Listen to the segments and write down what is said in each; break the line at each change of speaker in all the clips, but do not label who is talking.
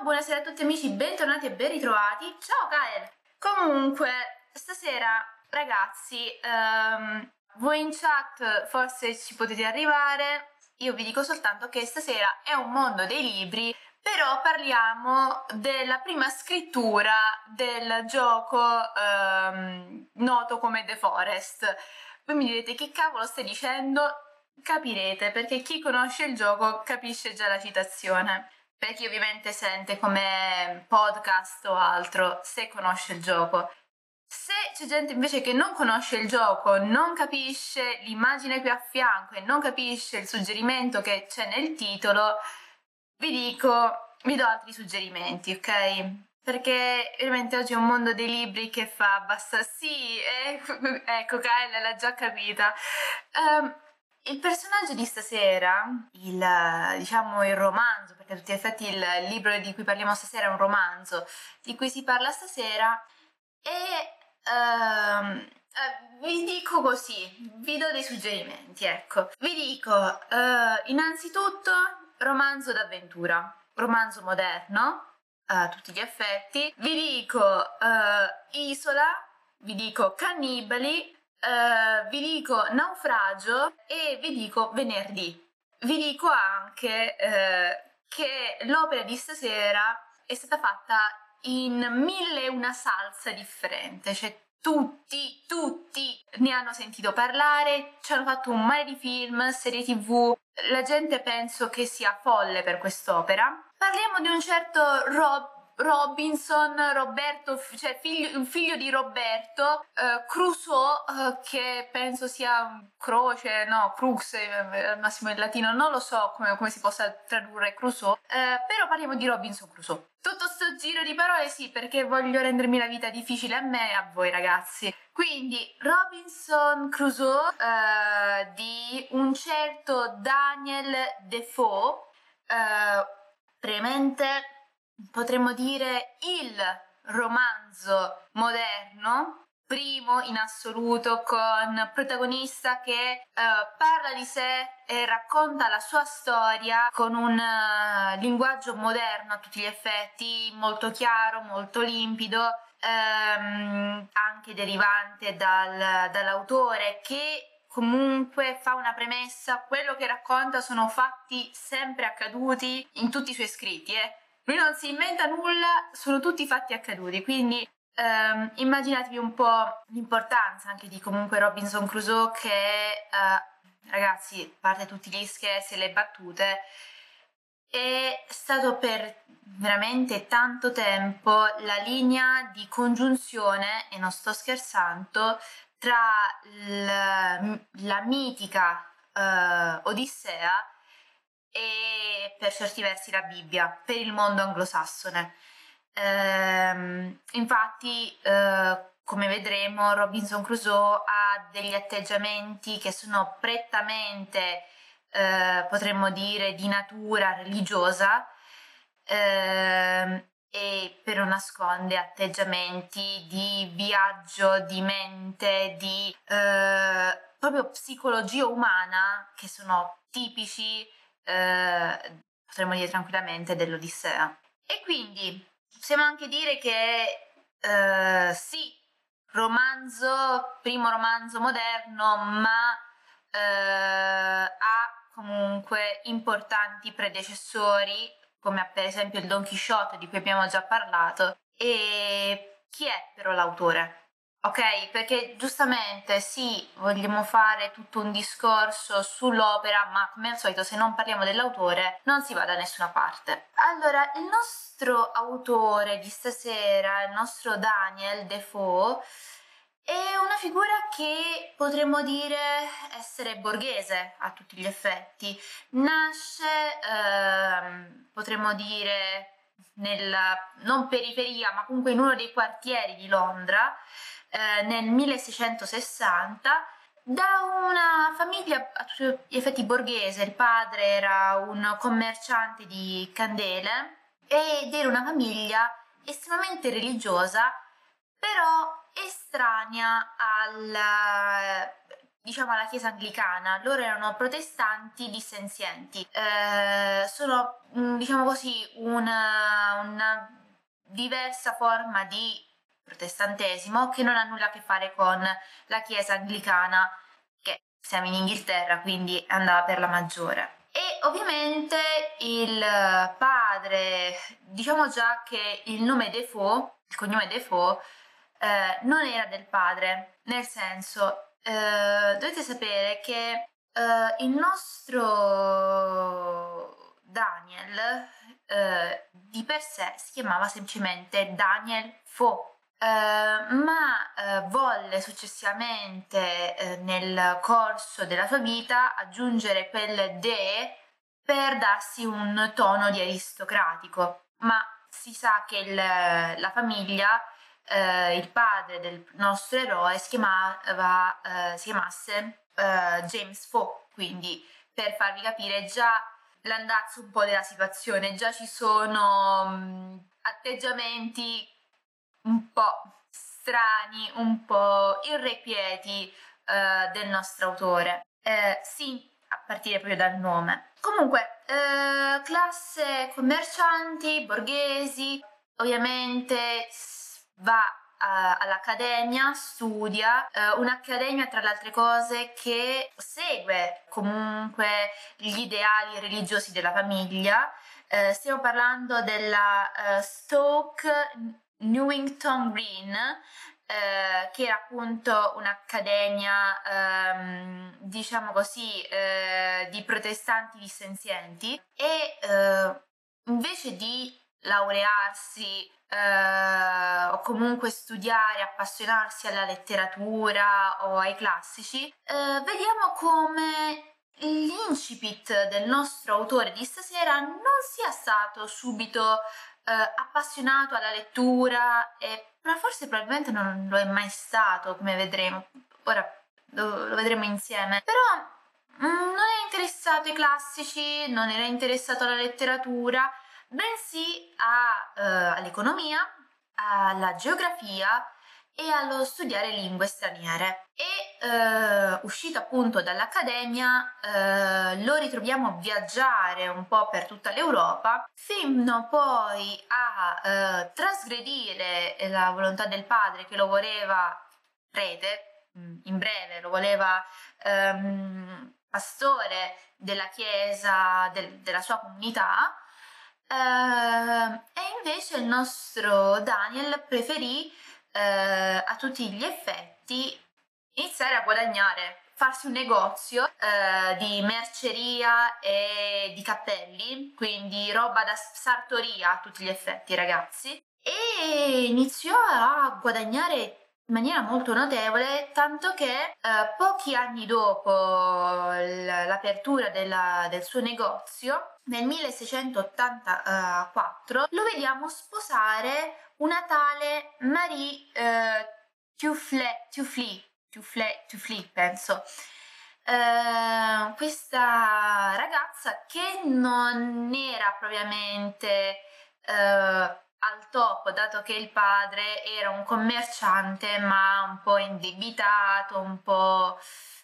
buonasera a tutti amici, bentornati e ben ritrovati. Ciao Kael! Comunque, stasera ragazzi, voi in chat forse ci potete arrivare, io vi dico soltanto che stasera è un mondo dei libri, però parliamo della prima scrittura del gioco noto come The Forest. Voi mi direte che cavolo stai dicendo? Capirete, perché chi conosce il gioco capisce già la citazione. Per chi ovviamente sente come podcast o altro, se conosce il gioco. Se c'è gente invece che non conosce il gioco, non capisce l'immagine qui a fianco e non capisce il suggerimento che c'è nel titolo, vi do altri suggerimenti, ok? Perché veramente oggi è un mondo dei libri che fa abbastanza... Sì, ecco, Kyle l'ha già capita. Il personaggio di stasera, il romanzo, perché a tutti gli effetti il libro di cui parliamo stasera è un romanzo, di cui si parla stasera, e vi dico così, vi do dei suggerimenti, ecco. Vi dico, innanzitutto, romanzo d'avventura, romanzo moderno, a tutti gli effetti. Vi dico Isola, vi dico Cannibali, vi dico Naufragio e vi dico Venerdì. Vi dico anche che l'opera di stasera è stata fatta in 1001 salsa differente, cioè tutti ne hanno sentito parlare, ci hanno fatto un mare di film, serie tv, la gente penso che sia folle per quest'opera. Parliamo di un certo Roberto, cioè figlio di Roberto, Crusoe, che penso sia Crux, al massimo in latino, non lo so come si possa tradurre Crusoe, però parliamo di Robinson Crusoe. Tutto sto giro di parole sì, perché voglio rendermi la vita difficile a me e a voi ragazzi. Quindi Robinson Crusoe di un certo Daniel Defoe, brevemente potremmo dire il romanzo moderno, primo in assoluto, con protagonista che parla di sé e racconta la sua storia con un linguaggio moderno a tutti gli effetti, molto chiaro, molto limpido, anche derivante dall'autore, che comunque fa una premessa: quello che racconta sono fatti sempre accaduti in tutti i suoi scritti, Lui non si inventa nulla, sono tutti fatti accaduti, quindi immaginatevi un po' l'importanza anche di comunque Robinson Crusoe, che ragazzi, a parte tutti gli scherzi e le battute, è stato per veramente tanto tempo la linea di congiunzione, e non sto scherzando, tra la mitica Odissea e per certi versi la Bibbia per il mondo anglosassone. Infatti, come vedremo, Robinson Crusoe ha degli atteggiamenti che sono prettamente, potremmo dire, di natura religiosa, e però nasconde atteggiamenti di viaggio di mente, di proprio psicologia umana, che sono tipici, potremmo dire tranquillamente, dell'Odissea. E quindi possiamo anche dire che sì, primo romanzo moderno, ma ha comunque importanti predecessori, come per esempio il Don Chisciotte, di cui abbiamo già parlato. E chi è però l'autore? Ok, perché giustamente sì, vogliamo fare tutto un discorso sull'opera, ma come al solito se non parliamo dell'autore non si va da nessuna parte. Allora, il nostro autore di stasera, il nostro Daniel Defoe, è una figura che potremmo dire essere borghese a tutti gli effetti. Nasce, potremmo dire, nella non periferia, ma comunque in uno dei quartieri di Londra, nel 1660, da una famiglia a tutti gli effetti borghese. Il padre era un commerciante di candele ed era una famiglia estremamente religiosa, però estranea diciamo alla chiesa anglicana, loro erano protestanti dissenzienti, sono diciamo così una diversa forma di protestantesimo che non ha nulla a che fare con la chiesa anglicana, che siamo in Inghilterra, quindi andava per la maggiore. E ovviamente il padre, diciamo già che il nome Defoe, il cognome Defoe, non era del padre, nel senso, dovete sapere che il nostro Daniel di per sé si chiamava semplicemente Daniel Foe. Ma volle successivamente nel corso della sua vita aggiungere quel de per darsi un tono di aristocratico, ma si sa che la famiglia, il padre del nostro eroe si chiamasse James Foe, quindi per farvi capire già l'andazzo un po' della situazione, già ci sono atteggiamenti un po' strani, un po' irrequieti del nostro autore. Sì, a partire proprio dal nome. Comunque, classe commercianti, borghesi, ovviamente va all'accademia, studia, un'accademia tra le altre cose che segue comunque gli ideali religiosi della famiglia. Stiamo parlando della Stoke Newington Green, che era appunto un'accademia, diciamo così, di protestanti dissenzienti e invece di laurearsi o comunque studiare, appassionarsi alla letteratura o ai classici, vediamo come l'incipit del nostro autore di stasera non sia stato subito appassionato alla lettura ma forse probabilmente non lo è mai stato, come vedremo. Ora lo vedremo insieme. Però non è interessato ai classici, non era interessato alla letteratura, bensì all'economia, alla geografia e allo studiare lingue straniere. E uscito appunto dall'accademia lo ritroviamo viaggiare un po' per tutta l'Europa fino poi a trasgredire la volontà del padre che lo voleva prete, in breve lo voleva pastore della chiesa della sua comunità, e invece il nostro Daniel preferì a tutti gli effetti iniziare a guadagnare, farsi un negozio di merceria e di cappelli, quindi roba da sartoria a tutti gli effetti, ragazzi, e iniziò a guadagnare in maniera molto notevole, tanto che pochi anni dopo l'apertura del suo negozio, nel 1684, lo vediamo sposare una tale Marie Tuffly, penso. Questa ragazza che non era propriamente al top, dato che il padre era un commerciante ma un po' indebitato, un po'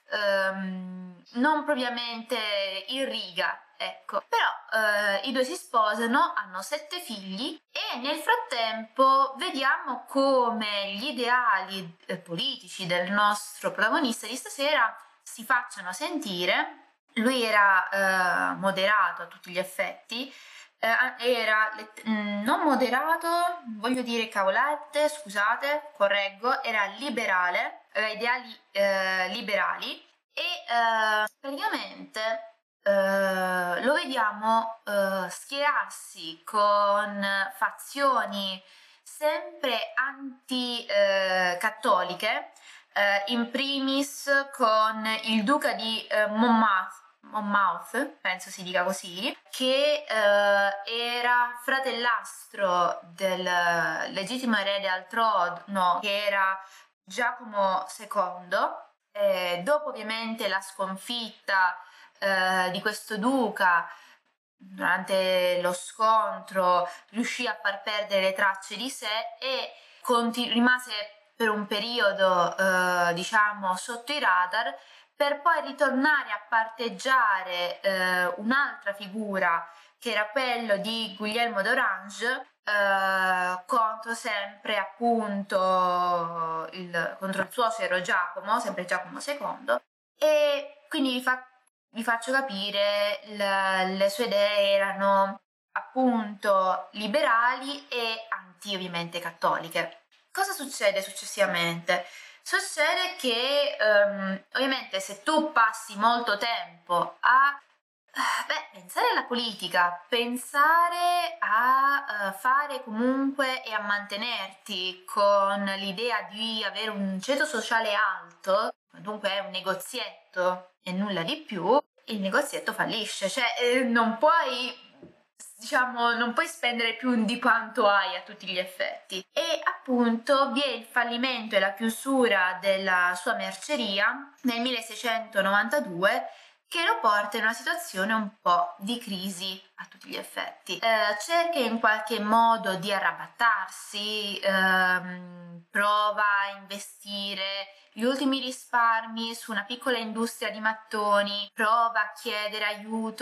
non propriamente in riga, ecco. Però i due si sposano, hanno 7 figli e nel frattempo vediamo come gli ideali politici del nostro protagonista di stasera si facciano sentire. Lui era moderato a tutti gli effetti, era non moderato, voglio dire cavolate, scusate, correggo, era liberale, aveva ideali liberali e praticamente lo vediamo schierarsi con fazioni sempre anti-cattoliche, in primis con il duca di Monmouth, penso si dica così, che era fratellastro del legittimo erede al trono, che era Giacomo II. Dopo ovviamente la sconfitta di questo duca, durante lo scontro riuscì a far perdere le tracce di sé e rimase per un periodo diciamo sotto i radar, per poi ritornare a parteggiare un'altra figura che era quello di Guglielmo d'Orange, contro sempre appunto contro il suocero Giacomo, sempre Giacomo II, e quindi vi faccio capire le sue idee erano appunto liberali e anti ovviamente cattoliche. Cosa succede successivamente? Succede che ovviamente se tu passi molto tempo a pensare alla politica, pensare a fare comunque e a mantenerti con l'idea di avere un ceto sociale alto, dunque è un negozietto e nulla di più, il negozietto fallisce, cioè non puoi spendere più di quanto hai a tutti gli effetti. E appunto vi è il fallimento e la chiusura della sua merceria nel 1692, che lo porta in una situazione un po' di crisi a tutti gli effetti. Cerca in qualche modo di arrabattarsi, prova a investire gli ultimi risparmi su una piccola industria di mattoni, prova a chiedere aiuto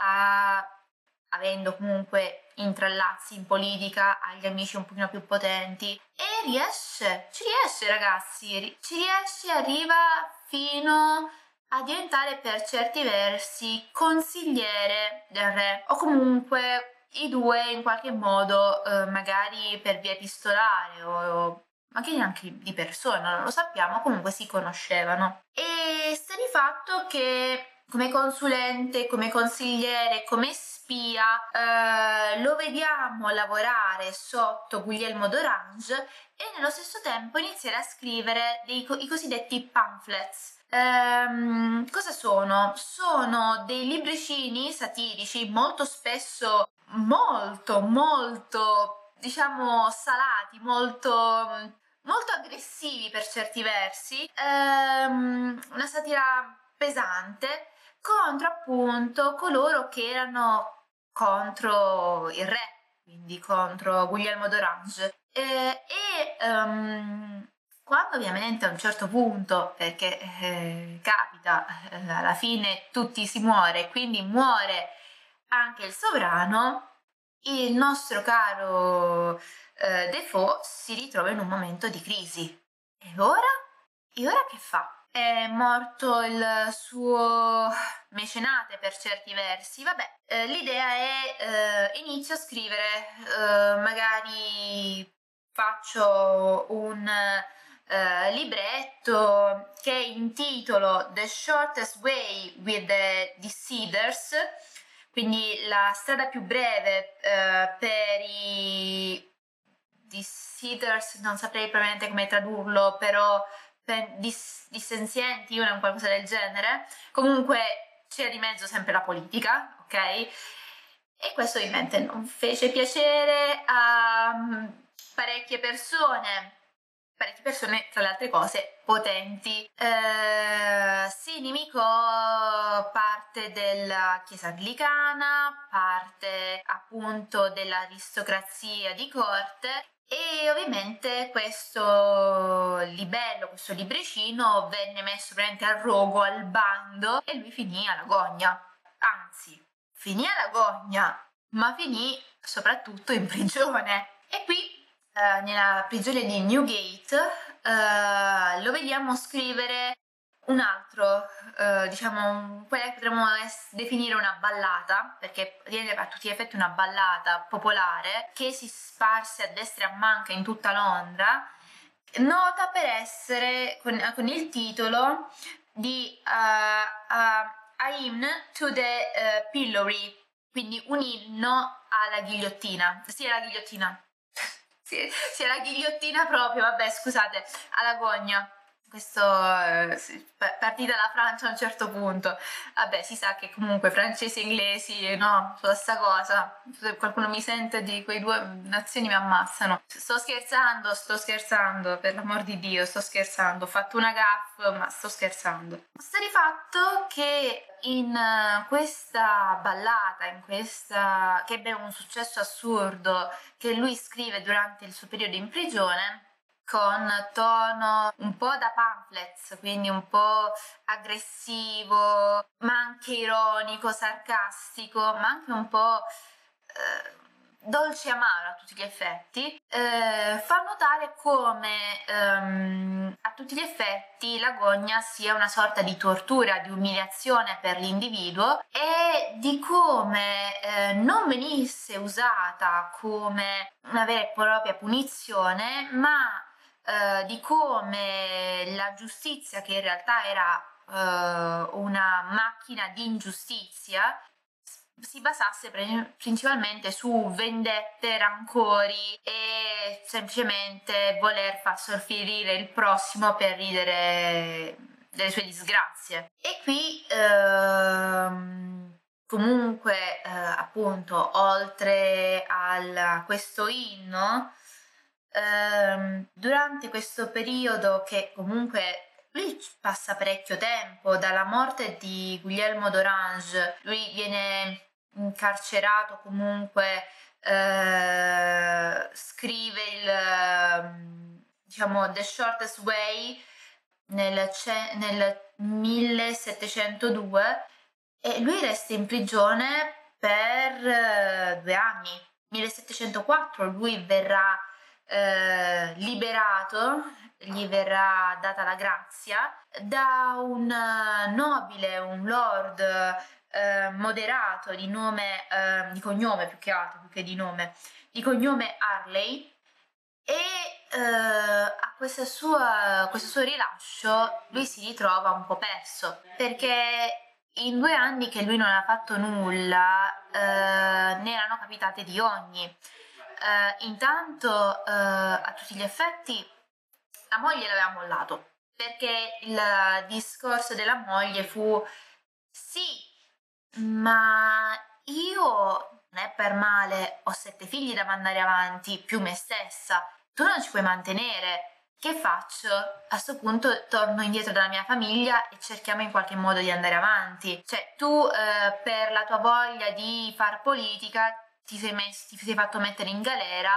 avendo comunque intrallazzi in politica agli amici un pochino più potenti, e ci riesce ragazzi, ci riesce, arriva fino a diventare per certi versi consigliere del re, o comunque i due in qualche modo, magari per via epistolare o magari anche di persona, non lo sappiamo, comunque si conoscevano. E sta di fatto che come consulente, come consigliere, come spia, lo vediamo lavorare sotto Guglielmo d'Orange e nello stesso tempo iniziare a scrivere i cosiddetti pamphlets. Cosa sono? Sono dei libricini satirici molto spesso molto diciamo salati, molto aggressivi per certi versi, una satira pesante contro appunto coloro che erano contro il re, quindi contro Guglielmo d'Orange. Quando ovviamente a un certo punto, perché capita, alla fine tutti si muore, quindi muore anche il sovrano, il nostro caro Defoe si ritrova in un momento di crisi. E ora? E ora che fa? È morto il suo mecenate per certi versi, vabbè, l'idea è inizio a scrivere, magari faccio un libretto che intitolo The Shortest Way with the Deciders, quindi la strada più breve per i Deciders, non saprei probabilmente come tradurlo, però dissenzienti, un qualcosa del genere. Comunque c'era di mezzo sempre la politica, ok? E questo ovviamente non fece piacere a parecchie persone tra le altre cose potenti. Si inimicò parte della Chiesa anglicana, parte appunto dell'aristocrazia di corte, e ovviamente questo libello, questo libricino venne messo veramente al rogo, al bando, e lui finì alla gogna. Anzi, finì alla gogna, ma finì soprattutto in prigione. E qui nella prigione di Newgate lo vediamo scrivere un altro, diciamo, quella che potremmo definire una ballata, perché viene a tutti gli effetti una ballata popolare che si sparse a destra e a manca in tutta Londra, nota per essere con il titolo di A Hymn to the Pillory, quindi un inno alla ghigliottina, sì, alla ghigliottina. Sì, la ghigliottina proprio, vabbè, scusate, alla gogna. Questo partì dalla Francia a un certo punto. Vabbè, si sa che comunque francesi e inglesi, no, sulla sta cosa. Se qualcuno mi sente di quei due nazioni mi ammazzano. Sto scherzando, per l'amor di Dio, sto scherzando. Ho fatto una gaffe, ma sto scherzando. Sta di fatto che in questa ballata, che ebbe un successo assurdo, che lui scrive durante il suo periodo in prigione, con tono un po' da pamphlets, quindi un po' aggressivo, ma anche ironico, sarcastico, ma anche un po' dolce e amaro a tutti gli effetti, fa notare come a tutti gli effetti l'agonia sia una sorta di tortura, di umiliazione per l'individuo, e di come non venisse usata come una vera e propria punizione, ma di come la giustizia, che in realtà era una macchina di ingiustizia, si basasse principalmente su vendette, rancori e semplicemente voler far soffrire il prossimo per ridere delle sue disgrazie. E qui comunque appunto, oltre a questo inno, durante questo periodo, che comunque lui passa parecchio tempo, dalla morte di Guglielmo d'Orange, lui viene incarcerato, comunque scrive diciamo The Shortest Way nel 1702, e lui resta in prigione per 2 anni. 1704 lui verrà liberato, gli verrà data la grazia da un nobile, un lord moderato di nome, di cognome più che altro, più che di nome, di cognome Harley. E a questo suo rilascio lui si ritrova un po' perso, perché in 2 anni che lui non ha fatto nulla ne erano capitate di ogni. Intanto a tutti gli effetti la moglie l'aveva mollato, perché il discorso della moglie fu: sì, ma io non è per male, ho 7 figli da mandare avanti, più me stessa, tu non ci puoi mantenere. Che faccio? A sto punto torno indietro dalla mia famiglia e cerchiamo in qualche modo di andare avanti. Cioè, tu per la tua voglia di far politica ti sei fatto mettere in galera,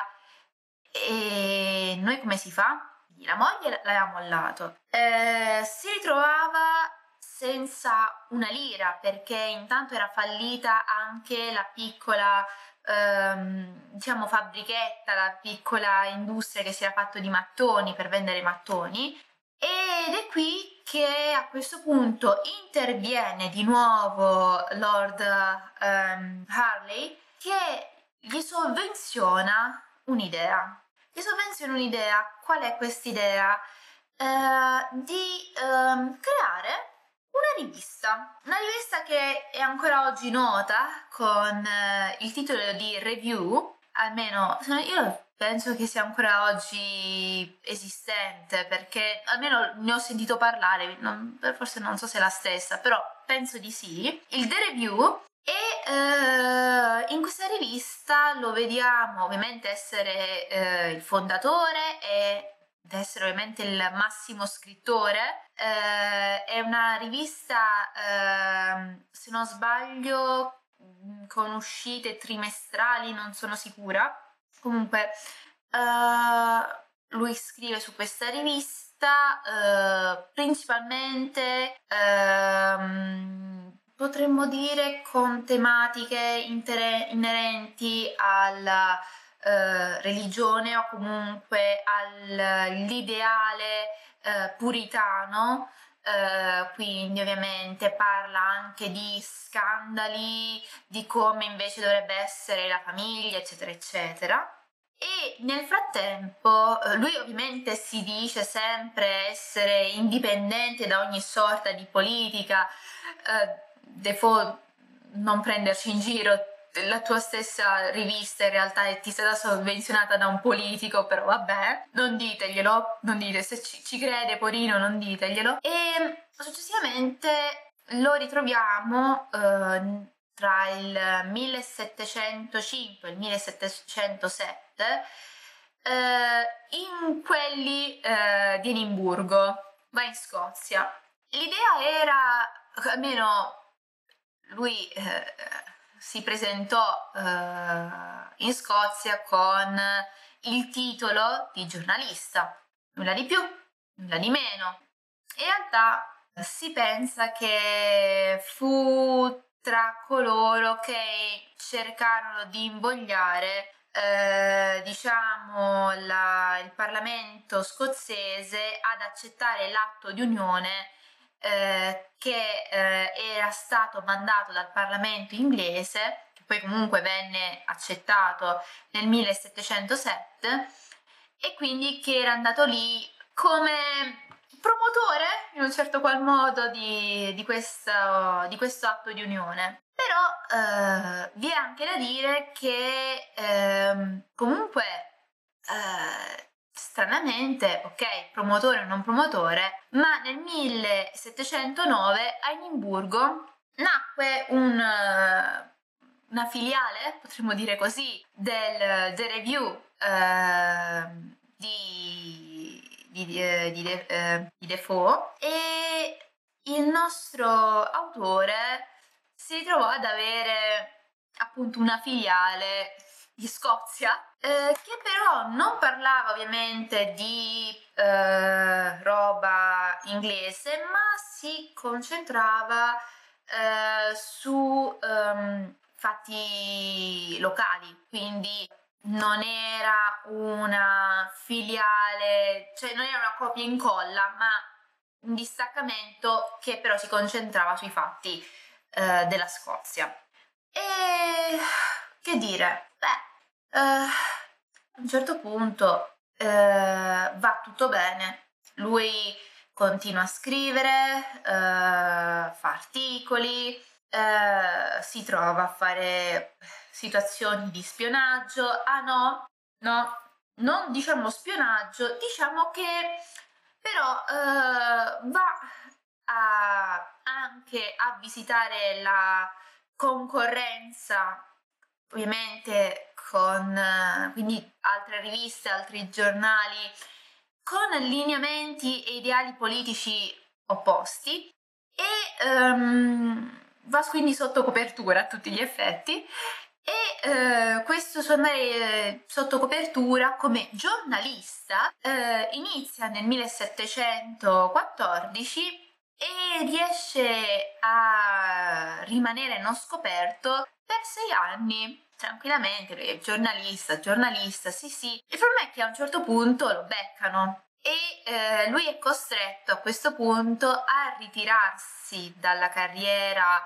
e noi come si fa? La moglie l'aveva mollato. Si ritrovava senza una lira, perché intanto era fallita anche la piccola diciamo fabbrichetta, la piccola industria che si era fatto di mattoni, per vendere mattoni. Ed è qui che a questo punto interviene di nuovo Lord Harley, che gli sovvenziona un'idea. Qual è quest'idea? Di creare una rivista che è ancora oggi nota con il titolo di Review, almeno io penso che sia ancora oggi esistente, perché almeno ne ho sentito parlare, forse non so se è la stessa, però penso di sì, il The Review. E in questa rivista lo vediamo ovviamente essere il fondatore ed essere ovviamente il massimo scrittore. È una rivista, se non sbaglio, con uscite trimestrali, non sono sicura. Comunque lui scrive su questa rivista principalmente potremmo dire con tematiche inerenti alla religione, o comunque all'ideale puritano. Quindi ovviamente parla anche di scandali, di come invece dovrebbe essere la famiglia, eccetera eccetera. E nel frattempo lui ovviamente si dice sempre essere indipendente da ogni sorta di politica, default, non prenderci in giro, la tua stessa rivista in realtà ti è stata sovvenzionata da un politico, però vabbè, non diteglielo, non dite, se ci crede Porino, non diteglielo. E successivamente lo ritroviamo tra il 1705 e il 1707 in quelli di Edimburgo, va in Scozia. L'idea era, almeno lui si presentò in Scozia con il titolo di giornalista, nulla di più, nulla di meno. In realtà si pensa che fu tra coloro che cercarono di invogliare diciamo il Parlamento scozzese ad accettare l'atto di unione che era stato mandato dal Parlamento inglese, che poi comunque venne accettato nel 1707, e quindi che era andato lì come promotore in un certo qual modo di questo atto di unione. Però vi è anche da dire che comunque stranamente, ok, promotore o non promotore, ma nel 1709 a Edimburgo nacque una filiale, potremmo dire così, del The Review di Defoe, e il nostro autore si ritrovò ad avere appunto una filiale di Scozia, che però non parlava ovviamente di roba inglese, ma si concentrava su fatti locali, quindi non era una filiale, cioè non era una copia e incolla, ma un distaccamento che però si concentrava sui fatti della Scozia. E che dire? Beh, a un certo punto va tutto bene. Lui continua a scrivere, fa articoli, si trova a fare situazioni di spionaggio. Ah no, non diciamo spionaggio, diciamo che però va anche a visitare la concorrenza, ovviamente con quindi altre riviste, altri giornali con lineamenti e ideali politici opposti, e va quindi sotto copertura a tutti gli effetti, e questo suo andare sotto copertura come giornalista inizia nel 1714 e riesce a rimanere non scoperto per 6 anni tranquillamente. Lui è giornalista, sì. Il problema è che a un certo punto lo beccano e lui è costretto a questo punto a ritirarsi dalla carriera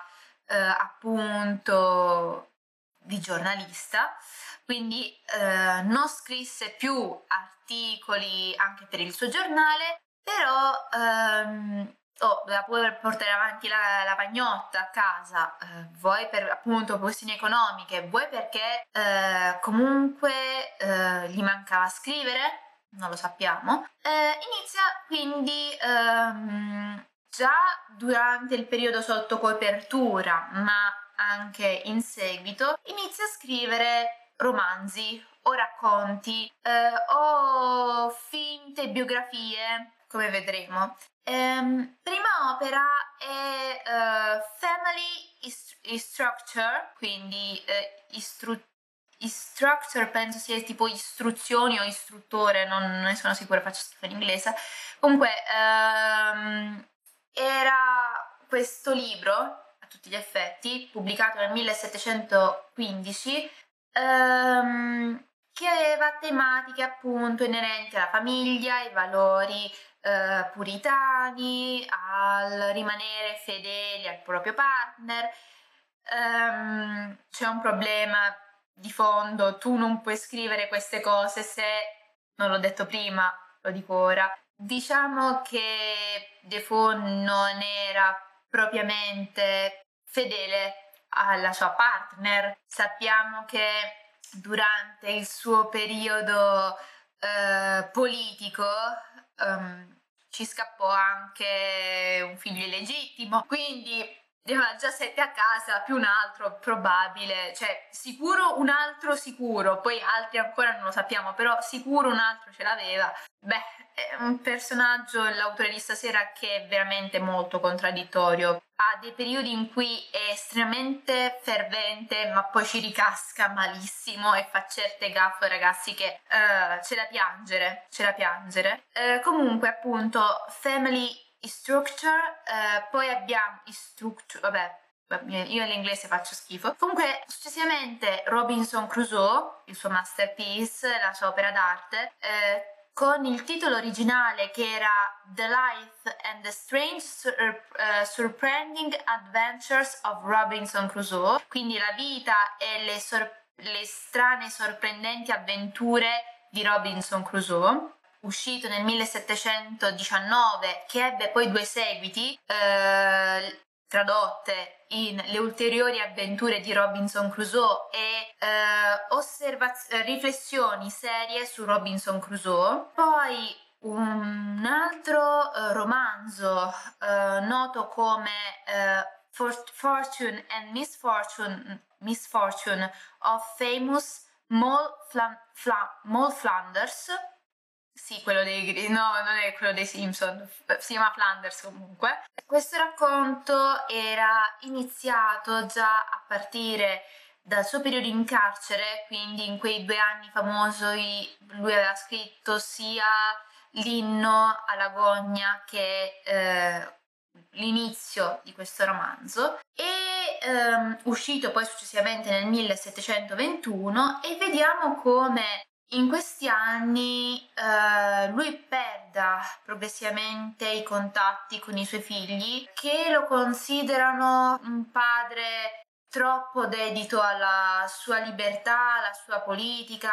appunto di giornalista, quindi non scrisse più articoli anche per il suo giornale, però doveva pure portare avanti la pagnotta a casa, vuoi per appunto questioni economiche, vuoi perché comunque gli mancava scrivere, non lo sappiamo. Inizia quindi già durante il periodo sotto copertura, ma anche in seguito, inizia a scrivere romanzi o racconti o finte biografie, come vedremo. Prima opera è Family Structure, quindi instructor penso sia tipo istruzioni o istruttore, non ne sono sicura, faccio schifo in inglese. Comunque era questo libro, a tutti gli effetti, pubblicato nel 1715, che aveva tematiche appunto inerenti alla famiglia, ai valori puritani, al rimanere fedeli al proprio partner. C'è un problema di fondo, tu non puoi scrivere queste cose se, non l'ho detto prima, lo dico ora, diciamo che Defoe non era propriamente fedele alla sua partner. Sappiamo che durante il suo periodo politico ci scappò anche un figlio illegittimo, quindi ne aveva già 7 a casa, più un altro probabile, cioè sicuro un altro sicuro, poi altri ancora non lo sappiamo, però sicuro un altro ce l'aveva. Beh, è un personaggio, l'autore di stasera, che è veramente molto contraddittorio. Ha dei periodi in cui è estremamente fervente, ma poi ci ricasca malissimo e fa certe gaffe, ragazzi, che c'è da piangere, c'è da piangere. Comunque, appunto, Family Structure, poi abbiamo Structure, vabbè, io all'inglese faccio schifo. Comunque, successivamente Robinson Crusoe, il suo masterpiece, la sua opera d'arte, con il titolo originale che era The Life and the Strange Surprising Adventures of Robinson Crusoe, quindi la vita e le strane sorprendenti avventure di Robinson Crusoe, uscito nel 1719, che ebbe poi 2 seguiti, tradotte in Le ulteriori avventure di Robinson Crusoe e riflessioni serie su Robinson Crusoe. Poi un altro romanzo noto come Fortune and Misfortune of Famous Moll Flanders. Sì, quello dei... no, non è quello dei Simpson, si chiama Flanders comunque. Questo racconto era iniziato già a partire dal suo periodo in carcere, quindi in quei 2 anni famosi lui aveva scritto sia l'inno alla gogna che l'inizio di questo romanzo, e uscito poi successivamente nel 1721, e vediamo come in questi anni lui perda progressivamente i contatti con i suoi figli, che lo considerano un padre troppo dedito alla sua libertà, alla sua politica,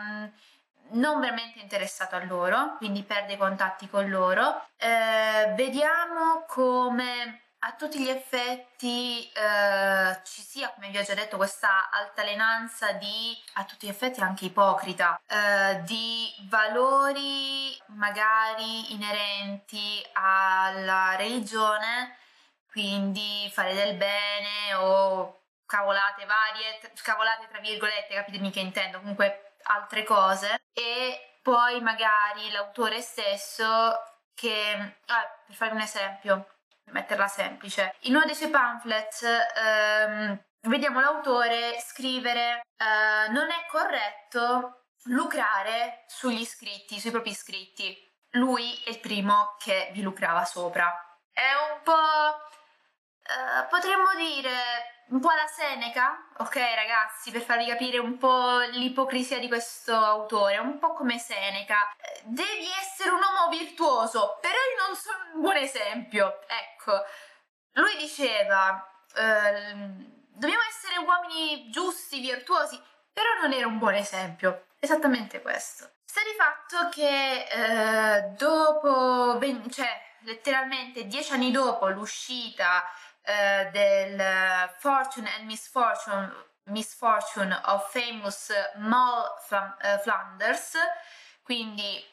non veramente interessato a loro, quindi perde i contatti con loro. Vediamo come a tutti gli effetti ci sia, come vi ho già detto, questa altalenanza a tutti gli effetti anche ipocrita, di valori magari inerenti alla religione, quindi fare del bene o cavolate varie, cavolate tra virgolette, capitemi che intendo, comunque altre cose, e poi magari l'autore stesso che, per fare un esempio, metterla semplice, in uno dei suoi pamphlet vediamo l'autore scrivere non è corretto lucrare sugli iscritti, sui propri iscritti. Lui è il primo che vi lucrava sopra. È un po'... potremmo dire un po' alla Seneca, ok ragazzi, per farvi capire un po' l'ipocrisia di questo autore, un po' come Seneca. Devi essere un uomo virtuoso, però io non sono un buon esempio. Ecco, lui diceva, dobbiamo essere uomini giusti, virtuosi, però non era un buon esempio. Esattamente questo. Sta di fatto che dopo, cioè letteralmente 10 anni dopo l'uscita del Fortune and Misfortune of Famous Moll Flanders, quindi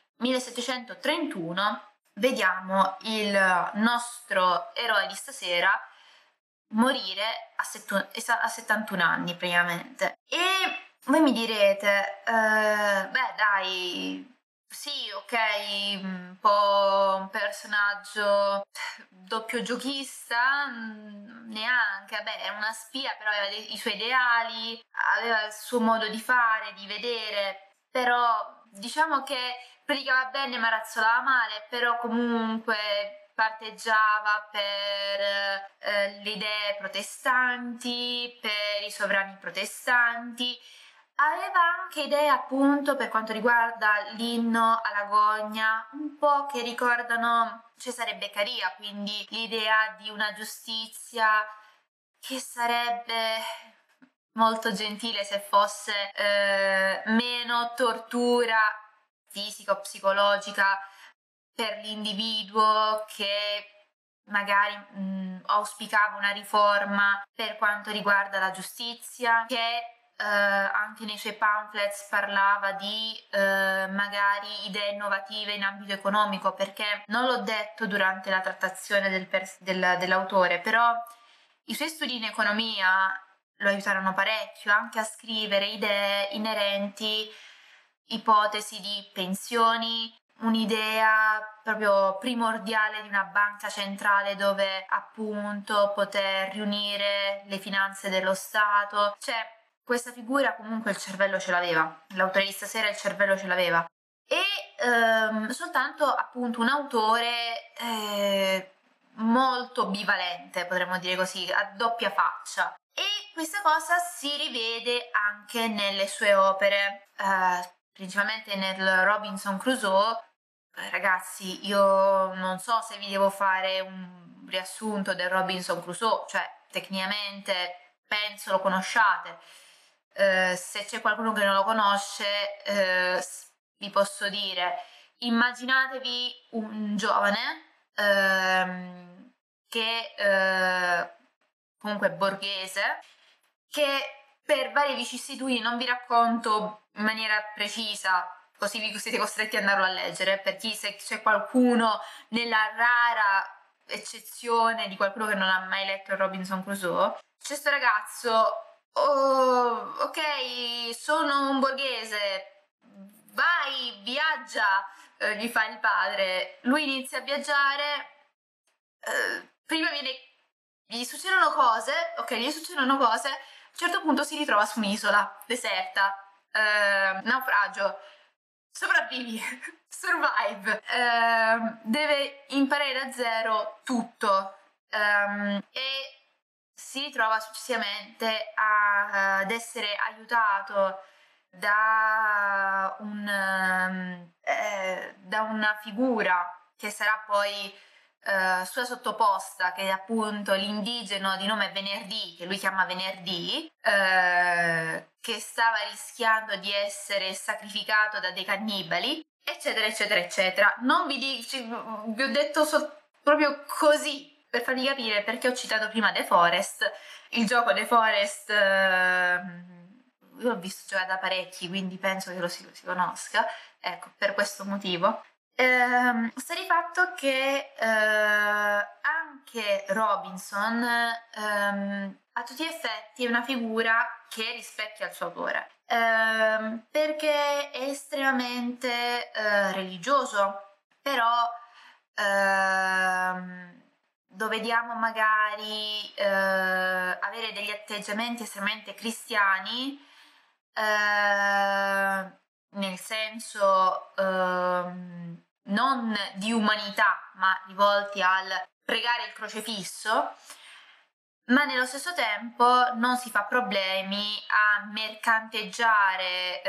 1731, vediamo il nostro eroe di stasera morire a 71 anni praticamente. E voi mi direte, beh dai, sì, ok, un po' un personaggio doppio giochista, neanche, vabbè, era una spia, però aveva i suoi ideali, aveva il suo modo di fare, di vedere, però diciamo che predicava bene ma razzolava male, però comunque parteggiava per le idee protestanti, per i sovrani protestanti. Aveva anche idee appunto per quanto riguarda l'inno alla gogna, un po' che ricordano Cesare Beccaria, quindi l'idea di una giustizia che sarebbe molto gentile se fosse meno tortura fisica o psicologica per l'individuo, che magari auspicava una riforma per quanto riguarda la giustizia, che anche nei suoi pamphlets parlava di magari idee innovative in ambito economico, perché non l'ho detto durante la trattazione dell'autore, però I suoi studi in economia lo aiutarono parecchio anche a scrivere idee inerenti, ipotesi di pensioni, un'idea proprio primordiale di una banca centrale dove appunto poter riunire le finanze dello Stato. Cioè, questa figura comunque il cervello ce l'aveva, l'autore di stasera il cervello ce l'aveva. E soltanto appunto un autore molto bivalente, potremmo dire così, a doppia faccia. E questa cosa si rivede anche nelle sue opere, principalmente nel Robinson Crusoe. Ragazzi, io non so se vi devo fare un riassunto del Robinson Crusoe, cioè tecnicamente penso lo conosciate. Se c'è qualcuno che non lo conosce, vi posso dire, immaginatevi un giovane che comunque borghese, che per varie vicissitudini non vi racconto in maniera precisa, così vi siete costretti ad andarlo a leggere, per chi, se c'è qualcuno nella rara eccezione di qualcuno che non ha mai letto il Robinson Crusoe, c'è sto ragazzo, oh, ok, sono un borghese, vai, viaggia, gli fa il padre. Lui inizia a viaggiare, prima gli succedono cose, ok, gli succedono cose, a un certo punto si ritrova su un'isola deserta, naufragio, sopravvivi, survive, deve imparare da zero tutto, e si ritrova successivamente ad essere aiutato da una figura che sarà poi sua sottoposta, che è appunto l'indigeno di nome Venerdì, che lui chiama Venerdì, che stava rischiando di essere sacrificato da dei cannibali, eccetera eccetera eccetera. Non vi ho detto proprio così per farvi capire perché ho citato prima The Forest. Il gioco The Forest io l'ho visto giocare da parecchi, quindi penso che lo si conosca, ecco, per questo motivo. Sta di fatto che anche Robinson a tutti gli effetti è una figura che rispecchia il suo autore, perché è estremamente religioso, però lo vediamo magari avere degli atteggiamenti estremamente cristiani, nel senso non di umanità, ma rivolti al pregare il crocefisso, ma nello stesso tempo non si fa problemi a mercanteggiare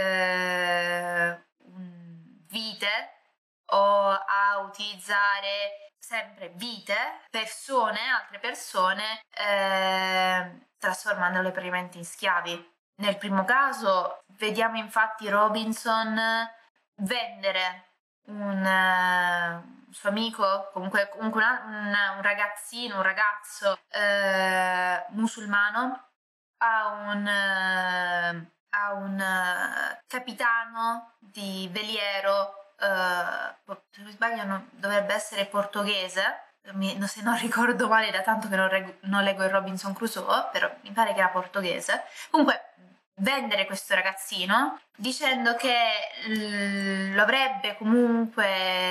vite o a utilizzare sempre vite, altre persone, trasformandole praticamente in schiavi. Nel primo caso vediamo infatti Robinson vendere un suo amico, comunque un ragazzino, un ragazzo musulmano a un capitano di veliero, se non sbaglio dovrebbe essere portoghese, se non ricordo male, da tanto che non leggo il Robinson Crusoe, però mi pare che era portoghese. Comunque vendere questo ragazzino dicendo che lo avrebbe comunque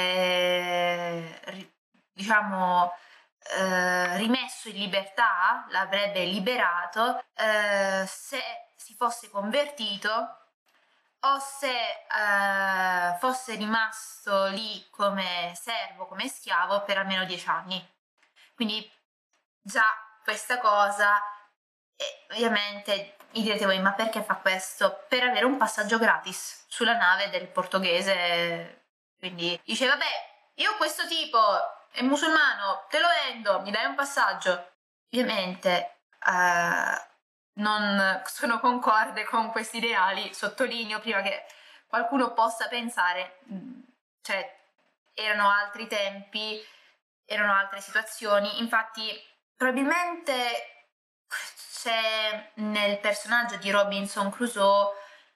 diciamo rimesso in libertà, l'avrebbe liberato se si fosse convertito o se fosse rimasto lì come servo, come schiavo per almeno 10 anni. Quindi già questa cosa, ovviamente mi direte voi, ma perché fa questo? Per avere un passaggio gratis sulla nave del portoghese. Quindi dice, vabbè, io questo tipo è musulmano, te lo vendo, mi dai un passaggio? Ovviamente non sono concorde con questi ideali, sottolineo prima che qualcuno possa pensare, cioè erano altri tempi, erano altre situazioni, infatti probabilmente c'è nel personaggio di Robinson Crusoe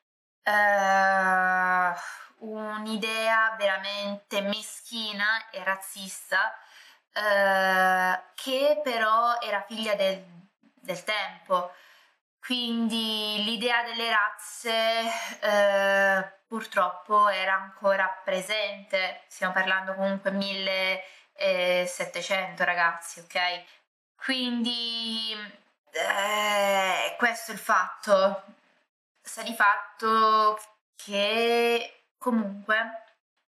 un'idea veramente meschina e razzista, che però era figlia del tempo. Quindi l'idea delle razze purtroppo era ancora presente, stiamo parlando comunque 1700 ragazzi, ok? Quindi questo è il fatto. Sta di fatto che comunque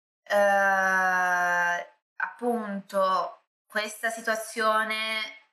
appunto questa situazione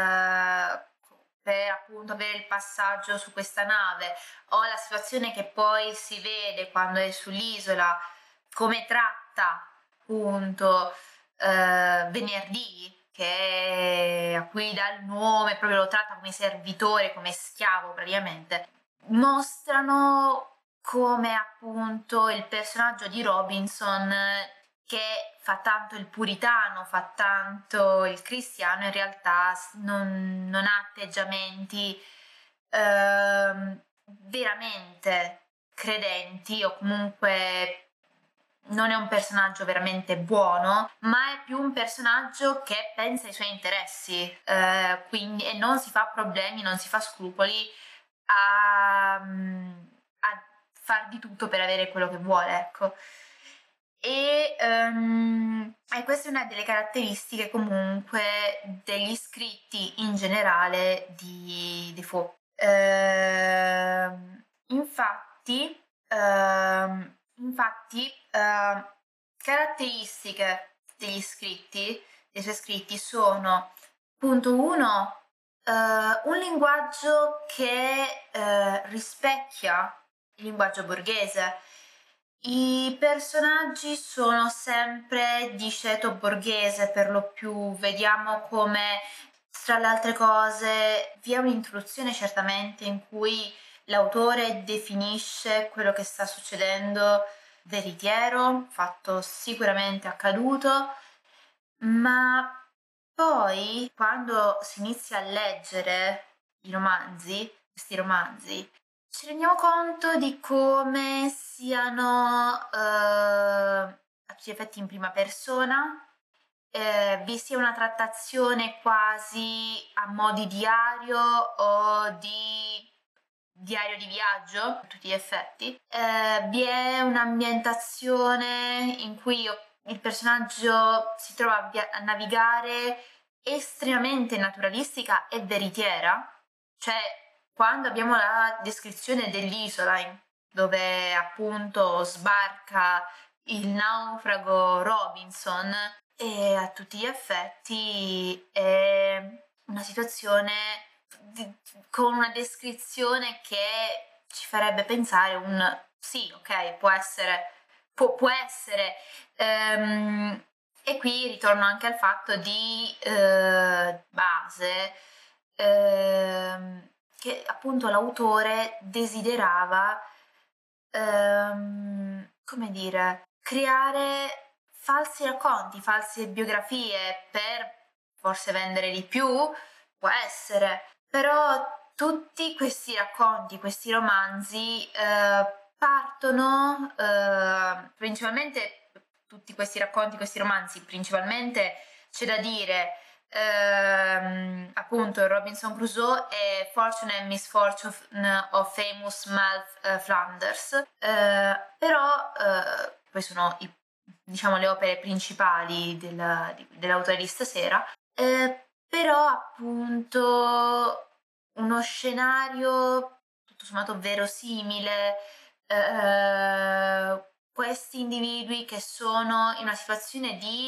per appunto avere il passaggio su questa nave o la situazione che poi si vede quando è sull'isola, come tratta appunto Venerdì, a cui dà il nome, proprio lo tratta come servitore, come schiavo praticamente, mostrano come appunto il personaggio di Robinson, che fa tanto il puritano, fa tanto il cristiano, in realtà non ha atteggiamenti veramente credenti, o comunque non è un personaggio veramente buono, ma è più un personaggio che pensa ai suoi interessi, quindi, e non si fa problemi, non si fa scrupoli a far di tutto per avere quello che vuole, ecco. E questa è una delle caratteristiche comunque degli scritti in generale di Defoe. Infatti, caratteristiche dei suoi scritti sono, punto uno, un linguaggio che rispecchia il linguaggio borghese. I personaggi sono sempre di ceto borghese per lo più, vediamo come, tra le altre cose, vi è un'introduzione certamente in cui l'autore definisce quello che sta succedendo veritiero, fatto sicuramente accaduto, ma poi quando si inizia a leggere questi romanzi, ci rendiamo conto di come siano a tutti gli effetti in prima persona, vi sia una trattazione quasi a mo' di diario o di diario di viaggio a tutti gli effetti. Vi è un'ambientazione in cui il personaggio si trova a navigare estremamente naturalistica e veritiera, cioè quando abbiamo la descrizione dell'isola dove appunto sbarca il naufrago Robinson, e a tutti gli effetti è una situazione con una descrizione che ci farebbe pensare sì, ok, può essere. E qui ritorno anche al fatto di base, che appunto l'autore desiderava, come dire, creare falsi racconti, false biografie per forse vendere di più, può essere, però tutti questi racconti, questi romanzi partono principalmente, tutti questi racconti, questi romanzi, principalmente c'è da dire appunto Robinson Crusoe e Fortune and Misfortune of Famous Mal Flanders, però poi sono diciamo le opere principali dell'autore di stasera, però appunto uno scenario tutto sommato verosimile, questi individui che sono in una situazione di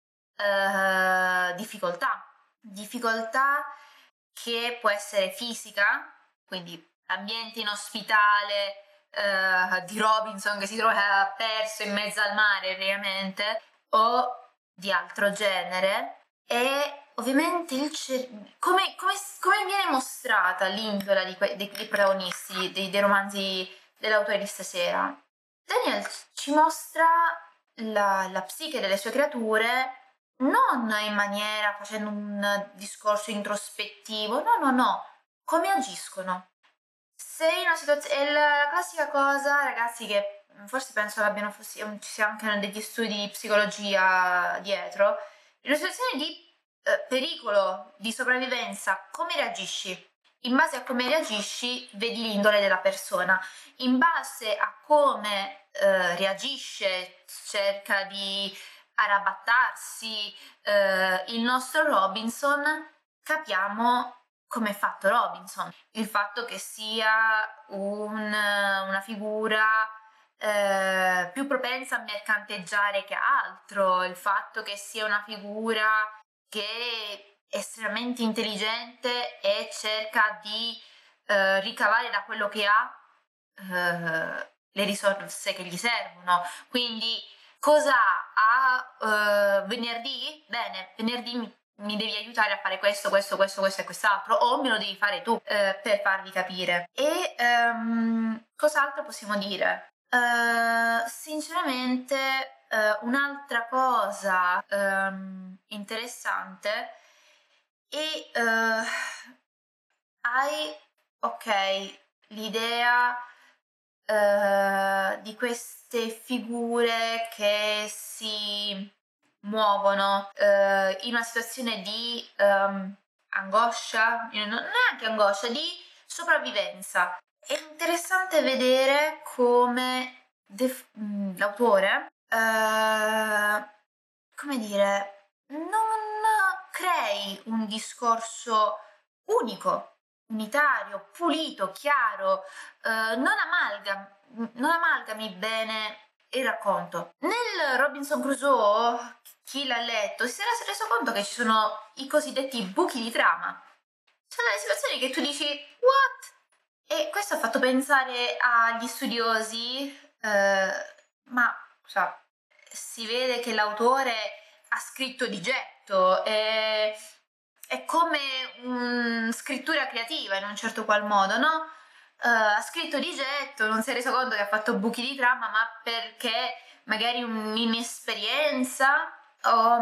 difficoltà che può essere fisica, quindi ambiente inospitale, di Robinson che si trova perso in mezzo al mare praticamente, o di altro genere, e ovviamente come viene mostrata l'indola dei protagonisti dei romanzi dell'autore di stasera. Daniel ci mostra la psiche delle sue creature non in maniera facendo un discorso introspettivo, no, come agiscono. Se in una situazione, è la classica cosa, ragazzi, che forse penso ci sia anche degli studi di psicologia dietro, in una situazione di pericolo, di sopravvivenza, come reagisci? in base a come reagisci vedi l'indole della persona, in base a come reagisce, cerca di arrabattarsi il nostro Robinson, capiamo come è fatto Robinson. Il fatto che sia una figura più propensa a mercanteggiare che altro, il fatto che sia una figura che è estremamente intelligente e cerca di ricavare da quello che ha le risorse che gli servono. Quindi cosa ha venerdì? Bene, venerdì mi devi aiutare a fare questo e quest'altro, o me lo devi fare tu per farvi capire. E cos'altro possiamo dire? Sinceramente, un'altra cosa interessante è hai, ok, l'idea di queste figure che si muovono in una situazione di angoscia, non è anche angoscia, di sopravvivenza. È interessante vedere come l'autore, come dire, non crei un discorso unico, unitario, pulito, chiaro, non amalgami bene il racconto. Nel Robinson Crusoe, chi l'ha letto si era reso conto che ci sono i cosiddetti buchi di trama. Sono delle situazioni che tu dici what? E questo ha fatto pensare agli studiosi, ma cioè, si vede che l'autore ha scritto di getto, è come scrittura creativa in un certo qual modo, no? Ha scritto di getto, non si è reso conto che ha fatto buchi di trama, ma perché magari un'inesperienza o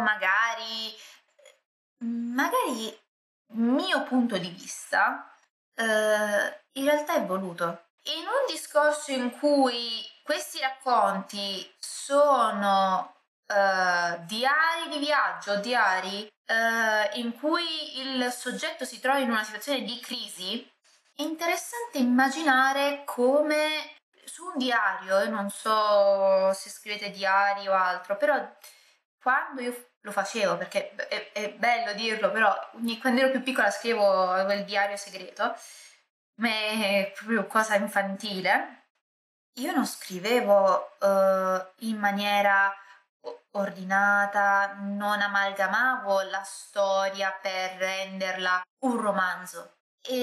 magari mio punto di vista in realtà è voluto. In un discorso in cui questi racconti sono diari di viaggio, diari in cui il soggetto si trova in una situazione di crisi, è interessante immaginare come su un diario, io non so se scrivete diari o altro, però quando io lo facevo, perché è bello dirlo, però quando ero più piccola scrivevo quel diario segreto, ma è proprio cosa infantile. Io non scrivevo in maniera ordinata, non amalgamavo la storia per renderla un romanzo.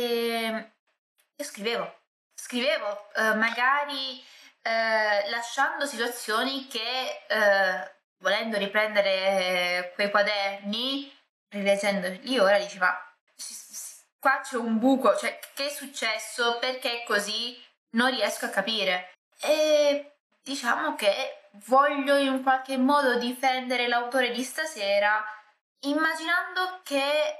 E scrivevo magari lasciando situazioni che volendo riprendere quei quaderni, rileggendoli ora dici ma qua c'è un buco, cioè che è successo, perché è così, non riesco a capire. E diciamo che voglio in qualche modo difendere l'autore di stasera immaginando che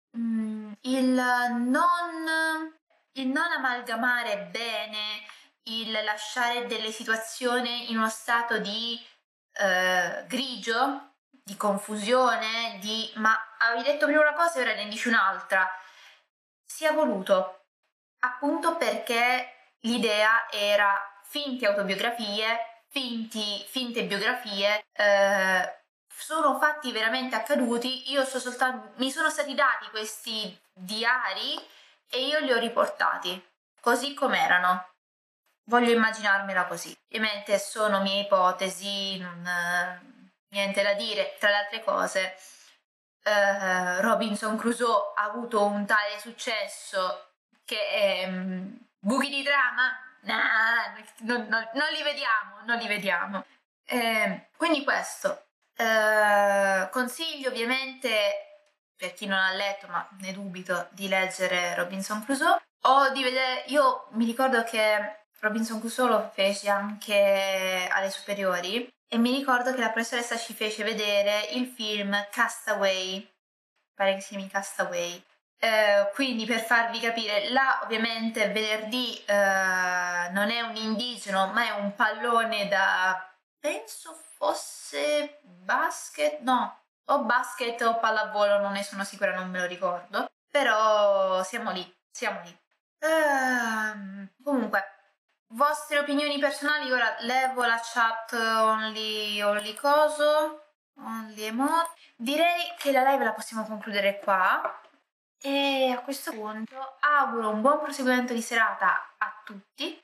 il non amalgamare bene, il lasciare delle situazioni in uno stato di grigio, di confusione, ma avevi detto prima una cosa e ora ne dici un'altra, sia voluto, appunto perché l'idea era finte autobiografie, finte biografie, sono fatti veramente accaduti, mi sono stati dati questi diari e io li ho riportati così com'erano. Voglio immaginarmela così. Ovviamente sono mie ipotesi, niente da dire. Tra le altre cose, Robinson Crusoe ha avuto un tale successo che buchi di trama? Nah, non li vediamo. Quindi questo. Consiglio ovviamente per chi non ha letto, ma ne dubito, di leggere Robinson Crusoe o di vedere. Io mi ricordo che Robinson Crusoe lo feci anche alle superiori e mi ricordo che la professoressa ci fece vedere il film Castaway, pare che si chiami Castaway. Quindi per farvi capire, là ovviamente venerdì non è un indigeno ma è un pallone da, penso fosse basket, no, o basket o pallavolo, non ne sono sicura, non me lo ricordo, però siamo siamo lì. Comunque, vostre opinioni personali, ora levo la chat only coso, only emoji. Direi che la live la possiamo concludere qua. E a questo punto auguro un buon proseguimento di serata a tutti,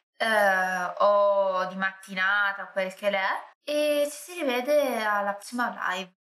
o di mattinata, quel che l'è, e ci si rivede alla prossima live.